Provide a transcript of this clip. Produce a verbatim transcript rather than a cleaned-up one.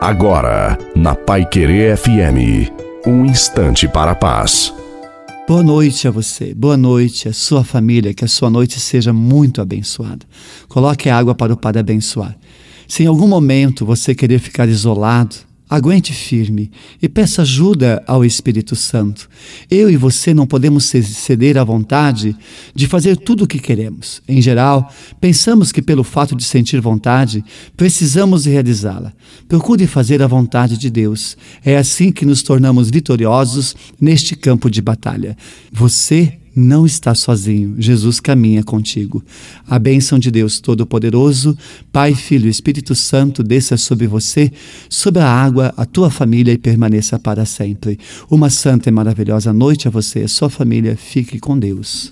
Agora, na Paiquerê F M, um instante para a paz. Boa noite a você, boa noite a sua família, que a sua noite seja muito abençoada. Coloque a água para o Padre abençoar. Se em algum momento você querer ficar isolado, aguente firme e peça ajuda ao Espírito Santo. Eu e você não podemos ceder à vontade de fazer tudo o que queremos. Em geral, pensamos que pelo fato de sentir vontade, precisamos realizá-la. Procure fazer a vontade de Deus. É assim que nos tornamos vitoriosos neste campo de batalha. Você não está sozinho, Jesus caminha contigo. A bênção de Deus Todo-Poderoso, Pai, Filho e Espírito Santo, desça sobre você, sobre a água, a tua família e permaneça para sempre. Uma santa e maravilhosa noite a você e a sua família. Fique com Deus.